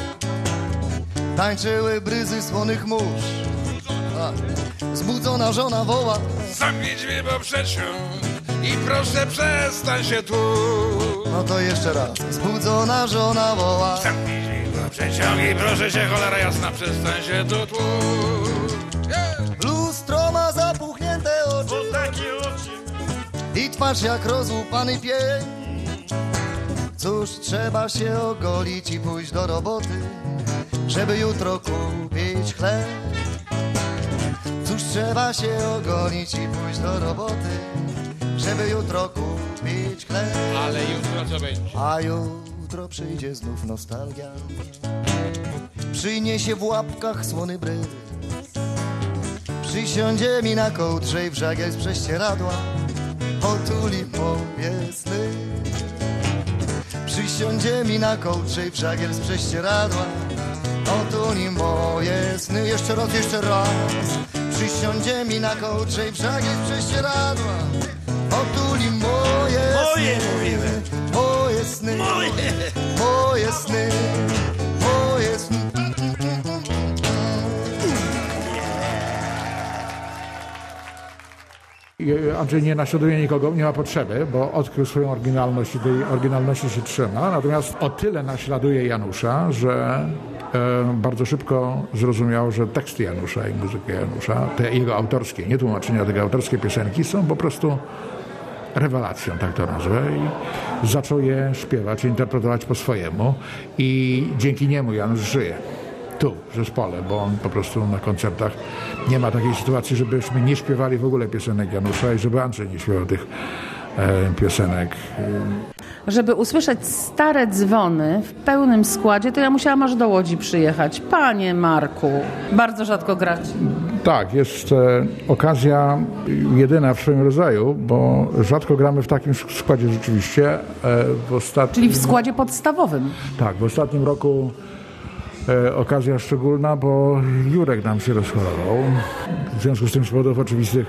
tańczyły bryzy słonych mórz. Zbudzona żona woła: zamknij drzwi, bo przeciąg i proszę przestań się tłuc. No to jeszcze raz. Zbudzona żona woła: zamknij drzwi, bo przeciąg i proszę cię, cholera jasna, przestań się tu tłuc. Lustro ma zapuchnięte oczy, i twarz jak rozłupany pień. Cóż, trzeba się ogolić i pójść do roboty, żeby jutro kupić chleb. Cóż, trzeba się ogolić i pójść do roboty, żeby jutro kupić chleb. Ale jutro co będzie? A jutro przyjdzie znów nostalgia, przyniesie w łapkach słony bryz, przysiądzie mi na kołdrze i w żagiel z prześcieradła otuli moje sny. Przysiądzie mi na kołdrze i w żagiel z prześcieradła otuli moje sny. Jeszcze raz. Przysiądzie mi na kołdrze i w żagiel z prześcieradła otuli moje sny. Moje sny. Moje sny. Moje sny. Andrzej nie naśladuje nikogo, nie ma potrzeby, bo odkrył swoją oryginalność i tej oryginalności się trzyma. Natomiast o tyle naśladuje Janusza, że bardzo szybko zrozumiał, że teksty Janusza i muzykę Janusza, te jego autorskie, nie tłumaczenia, tylko autorskie piosenki są po prostu rewelacją, tak to nazwę, i zaczął je śpiewać, interpretować po swojemu i dzięki niemu Janusz żyje. Tu, w zespole, bo on po prostu na koncertach nie ma takiej sytuacji, żebyśmy nie śpiewali w ogóle piosenek Janusza i żeby Andrzej nie śpiewał tych piosenek. Żeby usłyszeć stare dzwony w pełnym składzie, to ja musiałam aż do Łodzi przyjechać. Panie Marku, bardzo rzadko grać. Tak, jest okazja jedyna w swoim rodzaju, bo rzadko gramy w takim składzie rzeczywiście. Czyli w składzie podstawowym. Tak, w ostatnim roku okazja szczególna, bo Jurek nam się rozchorował. W związku z tym z powodów oczywistych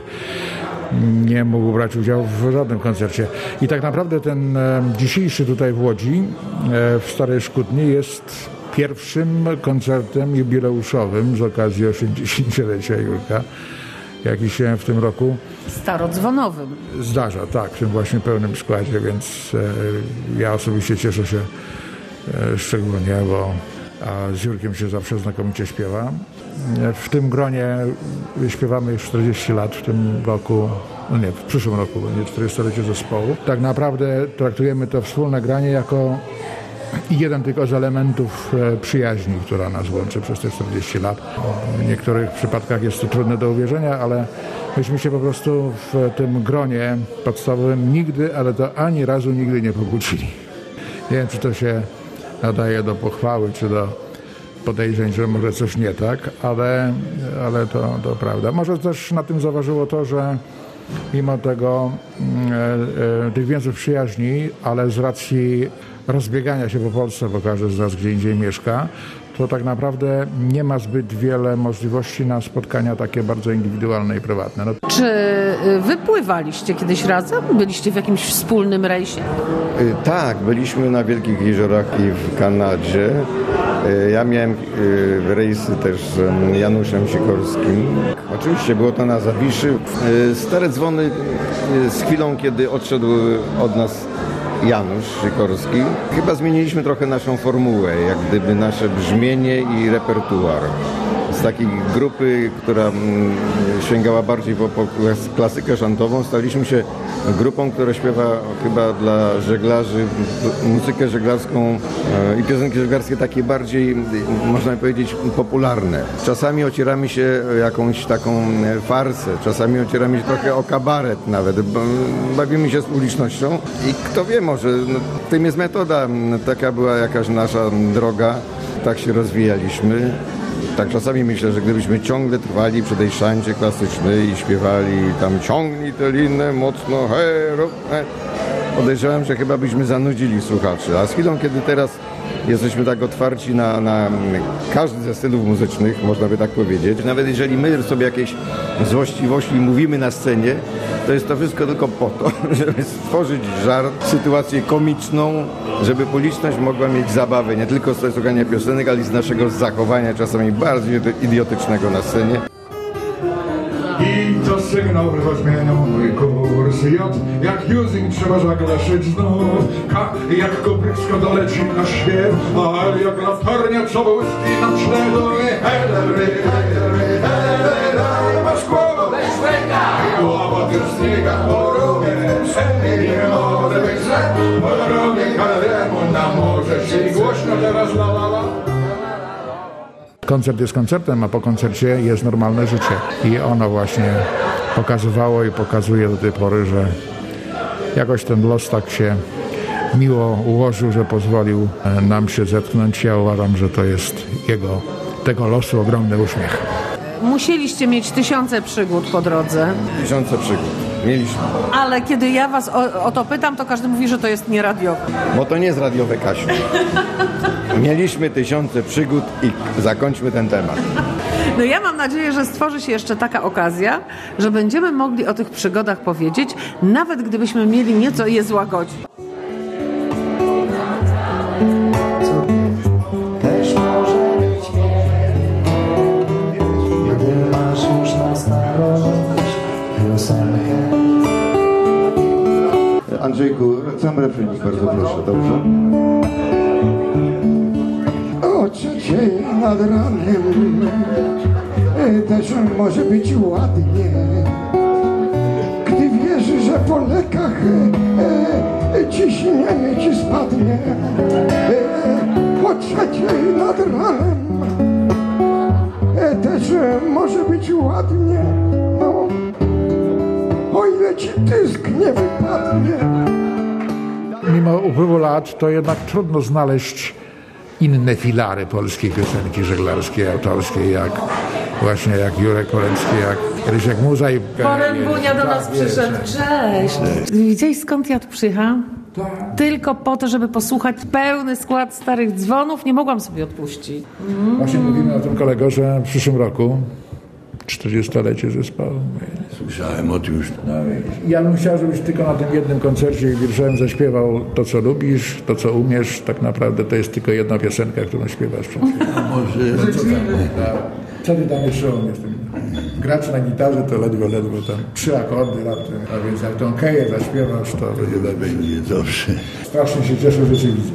nie mógł brać udziału w żadnym koncercie. I tak naprawdę ten dzisiejszy tutaj w Łodzi, w Starej Szkutni, jest pierwszym koncertem jubileuszowym z okazji 80-lecia Jurka, jaki się w tym roku starodzwonowym zdarza, tak, w tym właśnie pełnym składzie, więc ja osobiście cieszę się szczególnie, bo z Jurkiem się zawsze znakomicie śpiewa. W tym gronie śpiewamy już 40 lat w tym roku, no nie, w przyszłym roku będzie 40-lecie zespołu. Tak naprawdę traktujemy to wspólne granie jako jeden tylko z elementów przyjaźni, która nas łączy przez te 40 lat. W niektórych przypadkach jest to trudne do uwierzenia, ale myśmy się po prostu w tym gronie podstawowym nigdy, ale to ani razu nigdy nie pokłócili. Nie wiem, czy to się nadaje do pochwały, czy do podejrzeń, że może coś nie tak, ale to prawda. Może też na tym zaważyło to, że mimo tego tych więzów przyjaźni, ale z racji rozbiegania się po Polsce, bo każdy z nas gdzie indziej mieszka, to tak naprawdę nie ma zbyt wiele możliwości na spotkania takie bardzo indywidualne i prywatne. No. Czy wypływaliście kiedyś razem? Byliście w jakimś wspólnym rejsie? Tak, byliśmy na Wielkich Jeziorach i w Kanadzie. Ja miałem rejsy też z Januszem Sikorskim. Oczywiście było to na Zawiszy. Stare dzwony z chwilą, kiedy odszedł od nas Janusz Sikorski, chyba zmieniliśmy trochę naszą formułę, jak gdyby nasze brzmienie i repertuar. Z takiej grupy, która sięgała bardziej po klasykę szantową, staliśmy się grupą, która śpiewa chyba dla żeglarzy muzykę żeglarską i piosenki żeglarskie takie bardziej, można powiedzieć, popularne. Czasami ocieramy się o jakąś taką farsę, czasami ocieramy się trochę o kabaret nawet. Bawimy się z publicznością i kto wie, może w tym jest metoda, taka była jakaś nasza droga, tak się rozwijaliśmy. Tak czasami myślę, że gdybyśmy ciągle trwali przy tej szancie klasycznej i śpiewali tam ciągnij te liny mocno, podejrzewam, że chyba byśmy zanudzili słuchaczy. A z chwilą, kiedy teraz jesteśmy tak otwarci na każdy ze stylów muzycznych, można by tak powiedzieć. Nawet jeżeli my sobie jakieś złośliwości mówimy na scenie, to jest to wszystko tylko po to, żeby stworzyć żart, sytuację komiczną, żeby publiczność mogła mieć zabawę nie tylko z słuchania piosenek, ale i z naszego zachowania czasami bardziej idiotycznego na scenie. I to sygnał, że zmienią mój kurs. J jak using trzeba zagłaszyć znów. K jak Kubricko doleci na śpiew. A L jak latarnia, co błyski na czle. Masz głowę, głowa też śniega po rumie. Nie może być źle, bo robię każdemu na morze. Czyli głośno teraz la la la. Koncert jest koncertem, a po koncercie jest normalne życie. I ono właśnie pokazywało i pokazuje do tej pory, że jakoś ten los tak się miło ułożył, że pozwolił nam się zetknąć. Ja uważam, że to jest tego losu ogromny uśmiech. Musieliście mieć 1000 przygód po drodze. 1000 przygód. Mieliśmy. Ale kiedy ja was o to pytam, to każdy mówi, że to jest nieradiowe. Bo to nie jest radiowe, Kasiu. Mieliśmy 1000 przygód i zakończmy ten temat. No ja mam nadzieję, że stworzy się jeszcze taka okazja, że będziemy mogli o tych przygodach powiedzieć, nawet gdybyśmy mieli nieco je złagodzić. Też może być gdy masz już na starość piosenkę. Andrzejku, sam refrenik bardzo proszę, dobrze? O trzeciej nad ranem też może być ładnie, gdy wiesz, że po lekach ciśnienie ci spadnie. Po trzeciej nad ranem też może być ładnie, no, o ile ci dysk nie wypadnie. Mimo upływu lat to jednak trudno znaleźć inne filary polskiej piosenki żeglarskiej, autorskiej, jak Jurek Polemski, jak Rysiek Muzaj. Porębunia do nas przyszedł. Cześć. Widziałeś, skąd ja tu przyjechałam? Tylko po to, żeby posłuchać pełny skład starych dzwonów. Nie mogłam sobie odpuścić. Właśnie mówimy o tym, kolego, że w przyszłym roku 40-lecie zespołu. Słyszałem o tym już. No, ja bym chciał, żebyś tylko na tym jednym koncercie wieczorem zaśpiewał to, co lubisz, to, co umiesz. Tak naprawdę to jest tylko jedna piosenka, którą śpiewasz przed chwilą. A może... Co ty tam jeszcze umiesz? Gracz na gitarze to ledwo tam 3 akordy raptem. A więc jak tą keję zaśpiewasz, to będzie dobrze. Strasznie się cieszę, że cię widzę.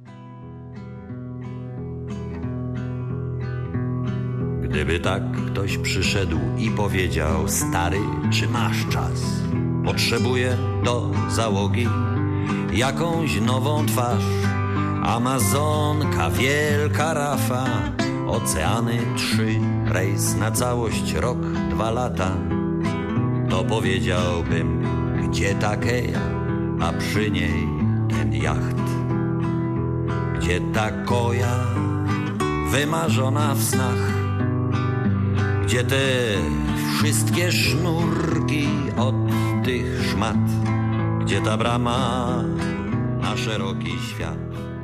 Gdyby tak ktoś przyszedł i powiedział: stary, czy masz czas? Potrzebuję do załogi jakąś nową twarz. Amazonka, wielka rafa, oceany 3, rejs na całość, rok, 2 lata. To powiedziałbym, gdzie ta keja, a przy niej ten jacht. Gdzie ta koja, wymarzona w snach. Gdzie te wszystkie sznurki od tych szmat? Gdzie ta brama na szeroki świat?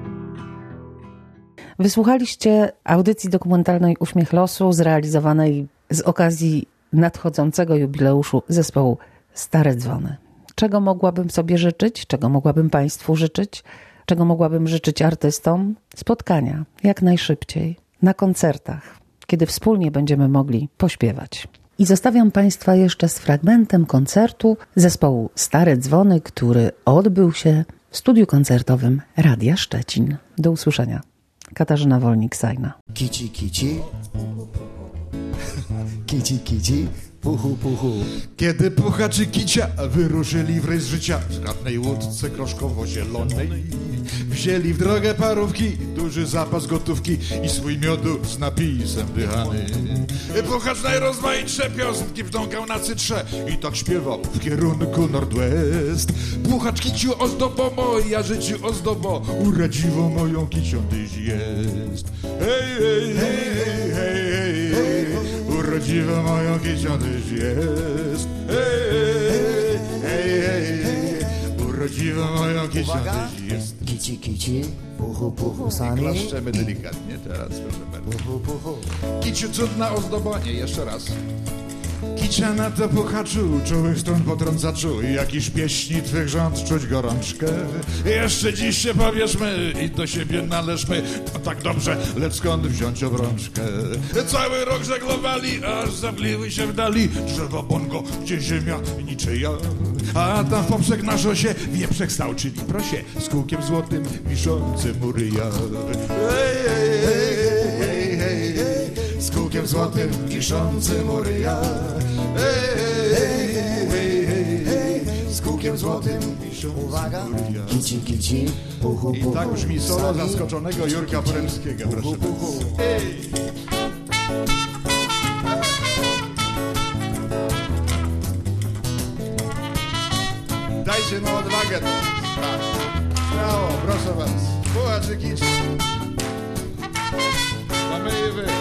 Wysłuchaliście audycji dokumentalnej Uśmiech Losu, zrealizowanej z okazji nadchodzącego jubileuszu zespołu Stare Dzwony. Czego mogłabym sobie życzyć? Czego mogłabym Państwu życzyć? Czego mogłabym życzyć artystom? Spotkania jak najszybciej, na koncertach, kiedy wspólnie będziemy mogli pośpiewać. I zostawiam Państwa jeszcze z fragmentem koncertu zespołu Stare Dzwony, który odbył się w studiu koncertowym Radia Szczecin. Do usłyszenia. Katarzyna Wolnik-Sajna. Kici, kici. Kici, kici. Puchu, puchu. Kiedy puchaczy kicia wyruszyli w rejs życia w zgrabnej łódce kroszkowo-zielonej, wzięli w drogę parówki, duży zapas gotówki i swój miodu z napisem dychany. Puchacz najrozmaitsze piosenki wdąkał na cytrze i tak śpiewał w kierunku Nordwest. Puchacz kiciu ozdobo moja, życiu ozdobo, uradziwo moją kicią tyś jest. Hej, hej, hej, hej, hej, hej, uradziwo moją kicią tyś jest. Hej, hej, hej, hej, uradziwo moją kicią tyś jest. Kici, kici. Puchu, puchu, sami. Klaszczemy delikatnie teraz, proszę bardzo. Puchu, puchu. Kiciu cudna ozdoba, nie, jeszcze raz. Kicia na to puchaczu, czułych strun potrącaczu i jakiś pieśni twych rząd czuć gorączkę. Jeszcze dziś się powierzmy i do siebie należmy. No tak dobrze, lecz skąd wziąć obrączkę? Cały rok żeglowali, aż zawliły się w dali drzewo bongo, gdzie ziemia niczyja. A tam w poprzek na szosie wieprzek stał, czyli prosie, z kółkiem złotym wiszący mu ryja. Hej, hej, hej, hej, hej, z kółkiem złotym wiszący mu ryja. Hej, hej, hej, hej, hej, z kółkiem złotym wiszący. Uwaga, kici, kici, puchu, puchu. I tak brzmi solo zaskoczonego Jurka Poremskiego, proszę bardzo. Dajcie mu odwagę. Brawo, proszę was. Puchaczy kici. Mamy i wy.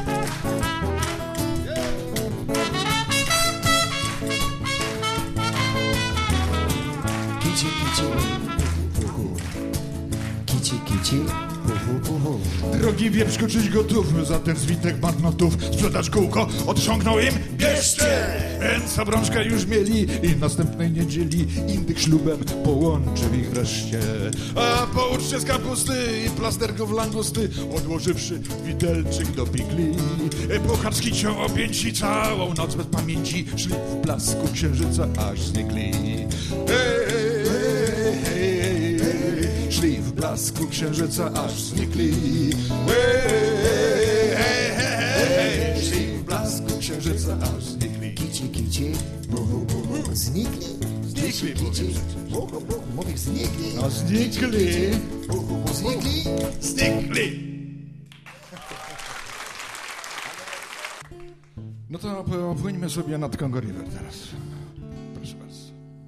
Kici, kici, puchu. Kici, kici, puchu, puchu. Drogi wieprzku, czyś gotów za ten zwitek banknotów sprzedać kółko, odciągnął im bierzcie! Więc obrączkę już mieli i następnej niedzieli innych ślubem połączył ich wreszcie. A pouczcie z kapusty i plasterków langusty, odłożywszy widelczyk do pigli. Puchacz kicią objęci całą noc bez pamięci szli w blasku księżyca aż znikli. Hej, hej, hej, hej, hej, szli w blasku księżyca aż znikli. Hej, hej, hej, hej, szli w blasku księżyca aż znikli. Kici, kici, puchu, puchu. Znikli? Znikli. Dzieci? Mówisz znikli? No znikli. Znikli? Znikli. No to popłyńmy sobie nad Congo River teraz. Proszę bardzo.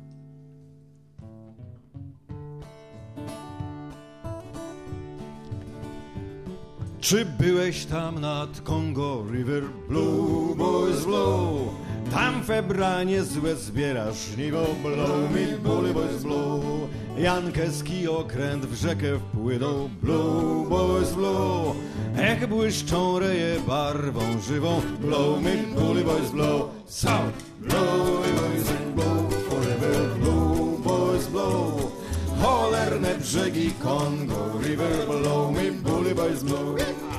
Czy byłeś tam nad Congo River? Blue boys blow. Tam febranie złe zbierasz żniwo. Blow me bully boys blow. Jankeski okręt w rzekę wpłynął. Blue boys blow. Ech, błyszczą reje barwą żywą. Blow me bully boys blow. South. Blow me boys and blow forever. Blue boys blow. Cholerne brzegi Congo River. Blow me bully boys blow.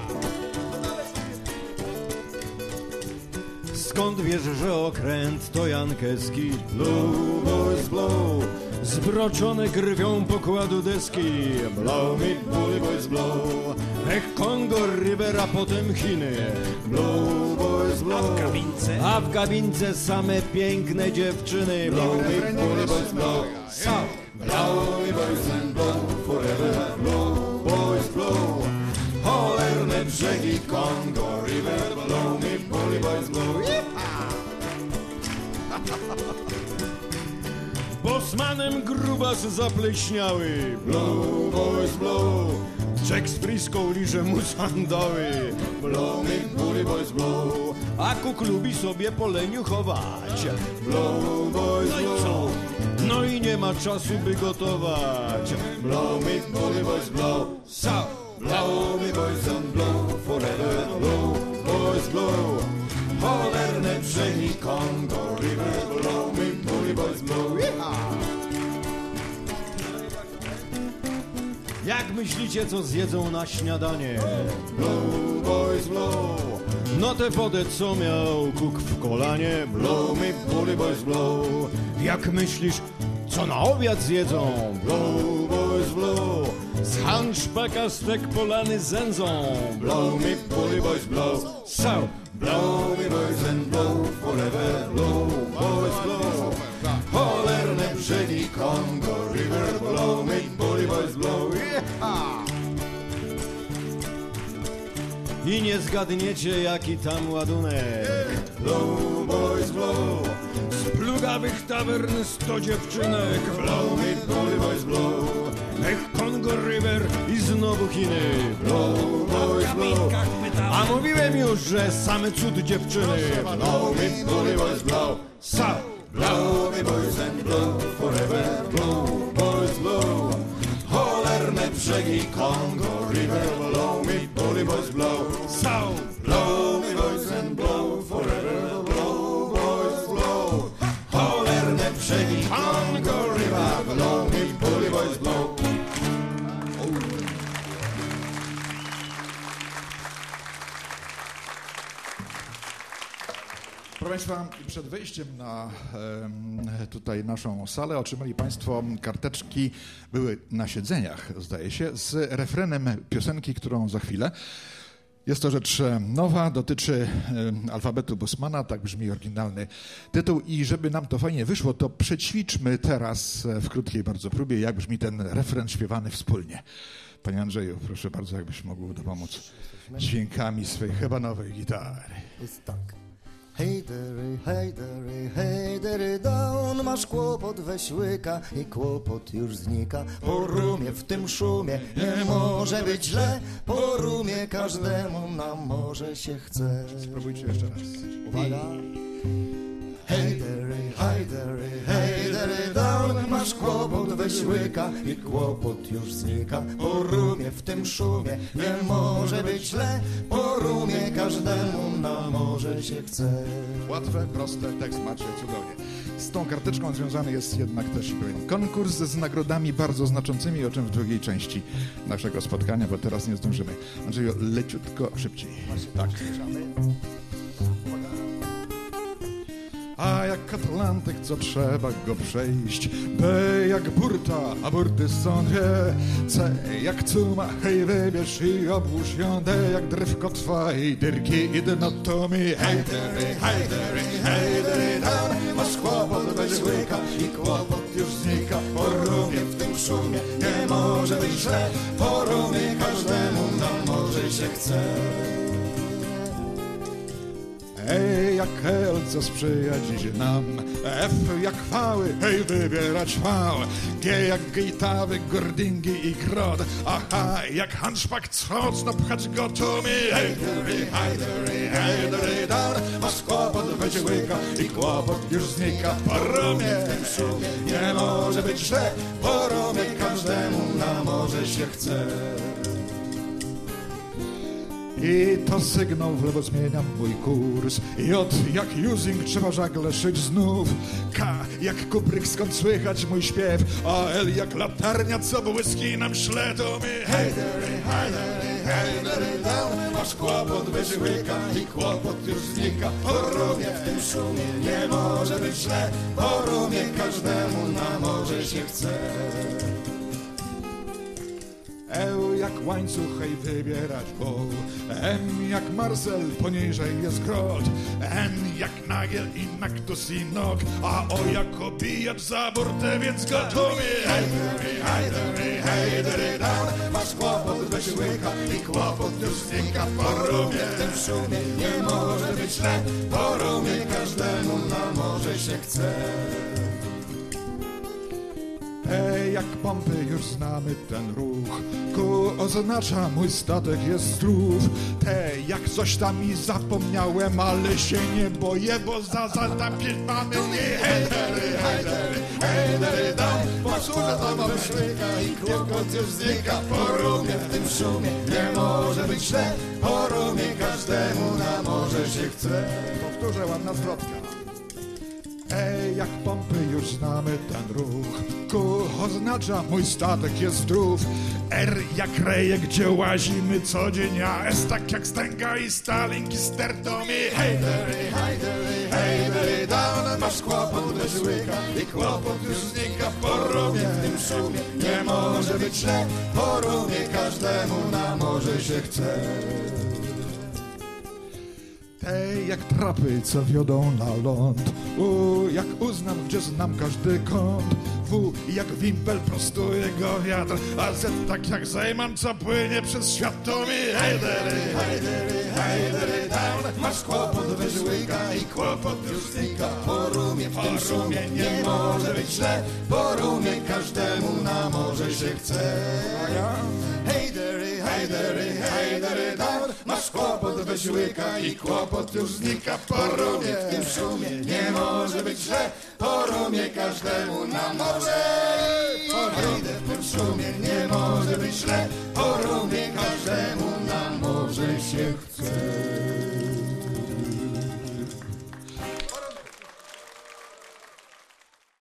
Skąd wiesz, że okręt to jankeski? Blue boys blow. Zbroczone krwią pokładu deski. Blow me bully boys blow. Ech, Congo River, a potem Chiny. Blue boys blow. A w kabince same piękne dziewczyny. Blow me bully boys blow. South. Blow me boys and blow forever. Blow boys blow. Cholerne brzegi Congo River. Blow me bully boys blow. Bosmanem grubas zapleśniały. Blow boys blow. Jack z Friską liże mu sandały. Blow me bully boys blow. A Kuk lubi sobie po leniu chować. Blow boys blow. No i nie ma czasu, by gotować. Blow me bully boys blow. South. Blow me boys and blow forever. Blow boys blow. Cholerne brzegi Congo River. Blow me bully boys blow. Jak myślicie, co zjedzą na śniadanie? Blow boys blow. No tę wodę, co miał Kuk w kolanie. Blow me bully boys blow. Jak myślisz, co na obiad zjedzą? Blow boys blow. Z hunchbacka stek polany z zędzą. Blow me bully boys blow. So blow me boys and blow forever. Blow boys blow. Cholerne brzegi Congo River. Blow me bully boys blow. Yeah! I nie zgadniecie, jaki tam ładunek. Blow boys blow. Z plugawych tawern 100 dziewczynek. Blow me bully boys blow. Ech, Congo River i znowu Chiny. Blow boys blow. A mówiłem już, że same cud dziewczyny. Blow me bully boys blow. South. Blow me boys and blow forever. Blow boys blow. Cholerne brzegi Congo River. Blow me bully boys blow. South. Blow me boys and blow forever. Blow boys blow. Cholerne brzegi Congo River. Blow me bully boys blow. Proszę Państwa, przed wejściem na tutaj naszą salę otrzymali Państwo karteczki, były na siedzeniach, zdaje się, z refrenem piosenki, którą za chwilę. Jest to rzecz nowa, dotyczy alfabetu Bosmana, tak brzmi oryginalny tytuł i żeby nam to fajnie wyszło, to przećwiczmy teraz w krótkiej bardzo próbie, jak brzmi ten refren śpiewany wspólnie. Panie Andrzeju, proszę bardzo, jakbyś mógł dopomóc dźwiękami swej chyba nowej gitary. Jest tak. Hejdery, hejdery, hejdery, down, masz kłopot, weź łyka i kłopot już znika. Po rumie w tym szumie nie może być źle, po rumie każdemu na morze się chce. Spróbujcie jeszcze raz. Uwaga. Hejdery, hejdery, hejdery, down, masz kłopot, weź łyka i kłopot już znika. Po rumie w tym szumie nie może być źle, po rumie każdemu na morze się chce. Łatwe, proste, tekst macie cudownie. Z tą karteczką związany jest jednak też pewien konkurs z nagrodami bardzo znaczącymi, o czym w drugiej części naszego spotkania, bo teraz nie zdążymy. Andrzeju, leciutko szybciej. Tak. A jak Atlantyk, co trzeba go przejść. B jak burta, a burty są dwie. C jak cuma, hej wybierz i obłóż ją. D jak drewko trwa i dyrki idę no to mi. Hejdery, hejdery, hejdery down. Masz kłopot, weź łyka i kłopot już znika. Po rumie w tym szumie nie może być źle. Po rumie każdemu na morze się chce. E jak L, co sprzyja dziś nam. F jak chwały, hej wybierać V. G jak gejtawy, gordingi i grod. A H jak hanszpak, co mocno pchać go tu mi. Hejdery, hejdery, hejdery down. Masz kłopot, weź łyka i kłopot już znika. Po rumie w tym szumie nie może być źle. Po rumie każdemu na morze się chce. I to sygnał w lewo zmieniam mój kurs. J jak using, trzeba żagle szyć znów. K jak Kupryk, skąd słychać mój śpiew. A L jak latarnia, co błyski nam szle. To my hejdery, hejdery, hejdery down. Masz kłopot, weź łyka i kłopot już znika. Po rumie w tym szumie nie może być źle. Po rumie każdemu na morze się chce. E jak łańcuch, hej wybierać go. M jak Marcel, poniżej jest grot. N jak Nagiel i Naktus i Nok. A O jak obijacz za burtę, więc gotowy. Hejdery, hejdery, hejdery down. Masz kłopot, weź łyka i kłopot już znika. Po rumie w tym szumie nie może być źle. Po rumie każdemu na morze się chce. E jak pompy, już znamy ten ruch. Q oznacza mój statek jest zdrów. T jak coś tam i zapomniałem, ale się nie boję, bo za tam mamy nie. Hejdery, hejdery, hejdery down. Posłucha to mamy szlyka i kłopot już znika. Po rumie w tym szumie nie może być źle. Po rumie każdemu na morze się chce. Powtórzę ładna zwrotka. E jak pompy, już znamy ten ruch. Q oznacza mój statek jest zdrów. R jak reje, gdzie łazimy co dzień. A S tak jak stęga i Stalin i stertomi. Hejdery, hejdery, hejdery down. Masz kłopot, weź łyka i kłopot już znika. Po rumie w tym szumie nie może być źle. Po rumie każdemu na morze się chce. T jak trapy, co wiodą na ląd. U jak uznam, gdzie znam każdy kąt. W jak wimpel, prostuje go wiatr. A Z tak jak Zajman, co płynie przez świat. To mi hejdery, hejdery, hejdery down. Masz kłopot, weź łyka i kłopot już znika. Po rumie w tym szumie nie może być źle. Po rumie każdemu na morze się chce. Hejdery, hejdery, hejdery down. Masz kłopot, weź łyka i kłopot już znika. Po rumie w tym szumie nie może być źle. Po rumie każdemu na morze. Po rumie w tym szumie nie może być źle.